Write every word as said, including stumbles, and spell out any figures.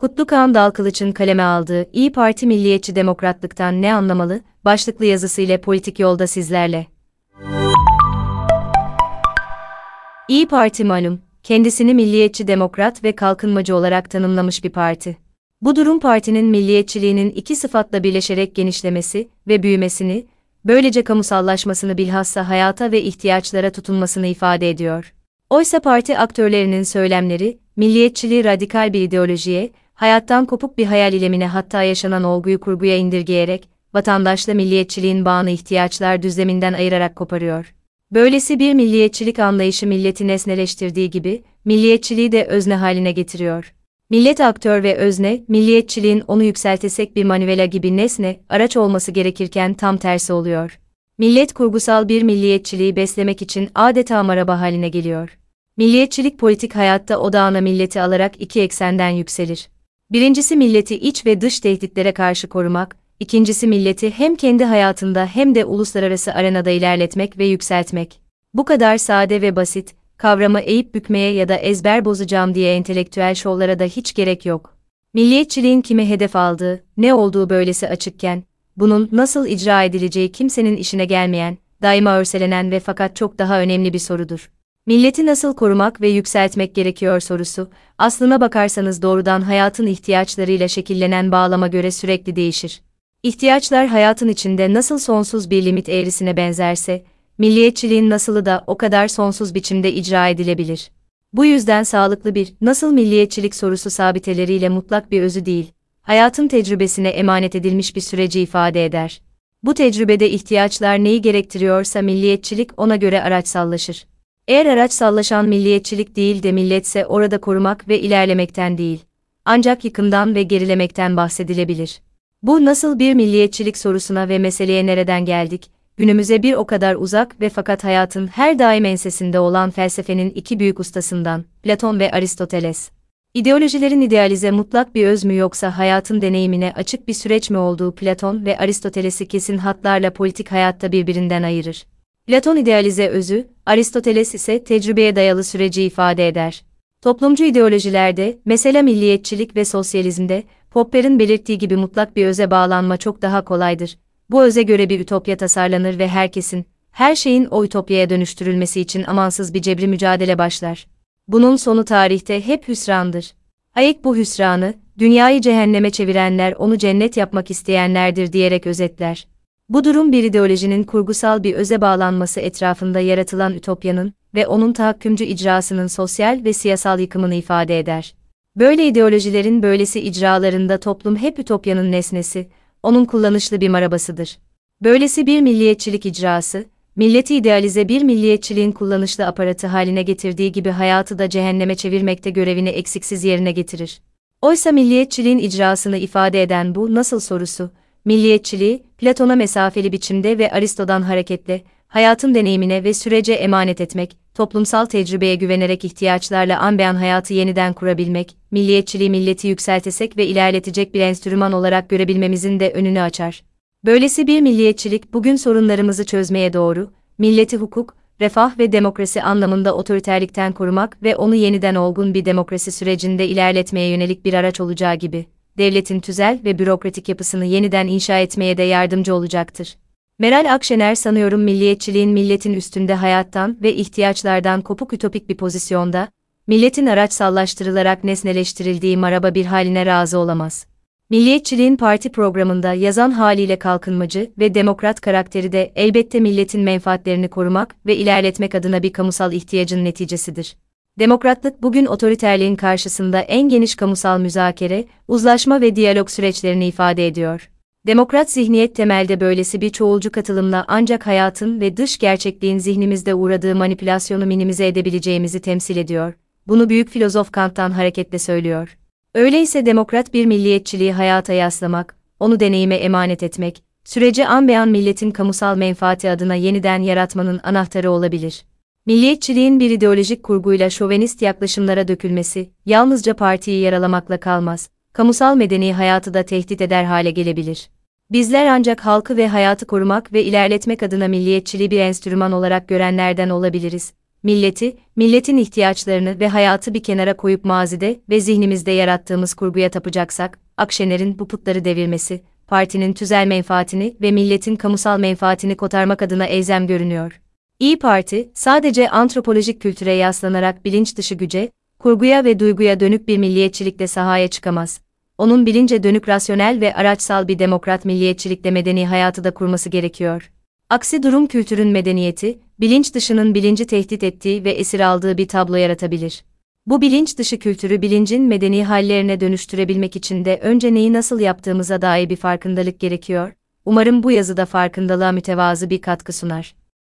Kutlukan Dalkılıç'ın kaleme aldığı İyi Parti milliyetçi demokratlıktan ne anlamalı başlıklı yazısıyla Politik Yolda sizlerle. İyi Parti malum, kendisini milliyetçi demokrat ve kalkınmacı olarak tanımlamış bir parti. Bu durum partinin milliyetçiliğinin iki sıfatla birleşerek genişlemesi ve büyümesini, böylece kamusallaşmasını bilhassa hayata ve ihtiyaçlara tutunmasını ifade ediyor. Oysa parti aktörlerinin söylemleri, milliyetçiliği radikal bir ideolojiye, hayattan kopuk bir hayal ilemine hatta yaşanan olguyu kurguya indirgeyerek, vatandaşla milliyetçiliğin bağını ihtiyaçlar düzleminden ayırarak koparıyor. Böylesi bir milliyetçilik anlayışı milleti nesneleştirdiği gibi, milliyetçiliği de özne haline getiriyor. Millet aktör ve özne, milliyetçiliğin onu yükseltesek bir manivela gibi nesne, araç olması gerekirken tam tersi oluyor. Millet kurgusal bir milliyetçiliği beslemek için adeta maraba haline geliyor. Milliyetçilik politik hayatta odağına milleti alarak iki eksenden yükselir. Birincisi milleti iç ve dış tehditlere karşı korumak, ikincisi milleti hem kendi hayatında hem de uluslararası arenada ilerletmek ve yükseltmek. Bu kadar sade ve basit, kavramı eğip bükmeye ya da ezber bozacağım diye entelektüel şovlara da hiç gerek yok. Milliyetçiliğin kime hedef aldığı, ne olduğu böylesi açıkken, bunun nasıl icra edileceği kimsenin işine gelmeyen, daima örselenen ve fakat çok daha önemli bir sorudur. Milleti nasıl korumak ve yükseltmek gerekiyor sorusu, aslına bakarsanız doğrudan hayatın ihtiyaçlarıyla şekillenen bağlama göre sürekli değişir. İhtiyaçlar hayatın içinde nasıl sonsuz bir limit eğrisine benzerse, milliyetçiliğin nasılı da o kadar sonsuz biçimde icra edilebilir. Bu yüzden sağlıklı bir, nasıl milliyetçilik sorusu sabiteleriyle mutlak bir özü değil, hayatın tecrübesine emanet edilmiş bir süreci ifade eder. Bu tecrübede ihtiyaçlar neyi gerektiriyorsa milliyetçilik ona göre araçsallaşır. Eğer araçsallaşan milliyetçilik değil de milletse orada korumak ve ilerlemekten değil, ancak yıkımdan ve gerilemekten bahsedilebilir. Bu nasıl bir milliyetçilik sorusuna ve meseleye nereden geldik, günümüze bir o kadar uzak ve fakat hayatın her daim ensesinde olan felsefenin iki büyük ustasından, Platon ve Aristoteles. İdeolojilerin idealize mutlak bir öz mü yoksa hayatın deneyimine açık bir süreç mi olduğu Platon ve Aristoteles'i kesin hatlarla politik hayatta birbirinden ayırır. Platon idealize özü, Aristoteles ise tecrübeye dayalı süreci ifade eder. Toplumcu ideolojilerde, mesela milliyetçilik ve sosyalizmde, Popper'in belirttiği gibi mutlak bir öze bağlanma çok daha kolaydır. Bu öze göre bir ütopya tasarlanır ve herkesin, her şeyin o ütopyaya dönüştürülmesi için amansız bir cebri mücadele başlar. Bunun sonu tarihte hep hüsrandır. Hayek bu hüsranı, dünyayı cehenneme çevirenler onu cennet yapmak isteyenlerdir diyerek özetler. Bu durum bir ideolojinin kurgusal bir öze bağlanması etrafında yaratılan ütopyanın ve onun tahakkümcü icrasının sosyal ve siyasal yıkımını ifade eder. Böyle ideolojilerin böylesi icralarında toplum hep ütopyanın nesnesi, onun kullanışlı bir marabasıdır. Böylesi bir milliyetçilik icrası, milleti idealize bir milliyetçiliğin kullanışlı aparatı haline getirdiği gibi hayatı da cehenneme çevirmekte görevini eksiksiz yerine getirir. Oysa milliyetçiliğin icrasını ifade eden bu nasıl sorusu, milliyetçiliği, Platon'a mesafeli biçimde ve Aristo'dan hareketle, hayatın deneyimine ve sürece emanet etmek, toplumsal tecrübeye güvenerek ihtiyaçlarla anbeyan hayatı yeniden kurabilmek, milliyetçiliği milleti yükseltecek ve ilerletecek bir enstrüman olarak görebilmemizin de önünü açar. Böylesi bir milliyetçilik bugün sorunlarımızı çözmeye doğru, milleti hukuk, refah ve demokrasi anlamında otoriterlikten korumak ve onu yeniden olgun bir demokrasi sürecinde ilerletmeye yönelik bir araç olacağı gibi, devletin tüzel ve bürokratik yapısını yeniden inşa etmeye de yardımcı olacaktır. Meral Akşener sanıyorum milliyetçiliğin milletin üstünde hayattan ve ihtiyaçlardan kopuk ütopik bir pozisyonda, milletin araçsallaştırılarak nesneleştirildiği maraba bir haline razı olamaz. Milliyetçiliğin parti programında yazan haliyle kalkınmacı ve demokrat karakteri de elbette milletin menfaatlerini korumak ve ilerletmek adına bir kamusal ihtiyacın neticesidir. Demokratlık bugün otoriterliğin karşısında en geniş kamusal müzakere, uzlaşma ve diyalog süreçlerini ifade ediyor. Demokrat zihniyet temelde böylesi bir çoğulcu katılımla ancak hayatın ve dış gerçekliğin zihnimizde uğradığı manipülasyonu minimize edebileceğimizi temsil ediyor. Bunu büyük filozof Kant'tan hareketle söylüyor. Öyleyse demokrat bir milliyetçiliği hayata yaslamak, onu deneyime emanet etmek, süreci anbeyan milletin kamusal menfaati adına yeniden yaratmanın anahtarı olabilir. Milliyetçiliğin bir ideolojik kurguyla şovenist yaklaşımlara dökülmesi, yalnızca partiyi yaralamakla kalmaz, kamusal medeni hayatı da tehdit eder hale gelebilir. Bizler ancak halkı ve hayatı korumak ve ilerletmek adına milliyetçiliği bir enstrüman olarak görenlerden olabiliriz. milleti, milletin ihtiyaçlarını ve hayatı bir kenara koyup mazide ve zihnimizde yarattığımız kurguya tapacaksak, Akşener'in bu putları devirmesi, partinin tüzel menfaatini ve milletin kamusal menfaatini kotarmak adına elzem görünüyor. İyi Parti, sadece antropolojik kültüre yaslanarak bilinç dışı güce, kurguya ve duyguya dönük bir milliyetçilikle sahaya çıkamaz. Onun bilince dönük rasyonel ve araçsal bir demokrat milliyetçilikle medeni hayatı da kurması gerekiyor. Aksi durum kültürün medeniyeti, bilinç dışının bilinci tehdit ettiği ve esir aldığı bir tablo yaratabilir. Bu bilinç dışı kültürü bilincin medeni hallerine dönüştürebilmek için de önce neyi nasıl yaptığımıza dair bir farkındalık gerekiyor. Umarım bu yazıda farkındalığa mütevazı bir katkı sunar.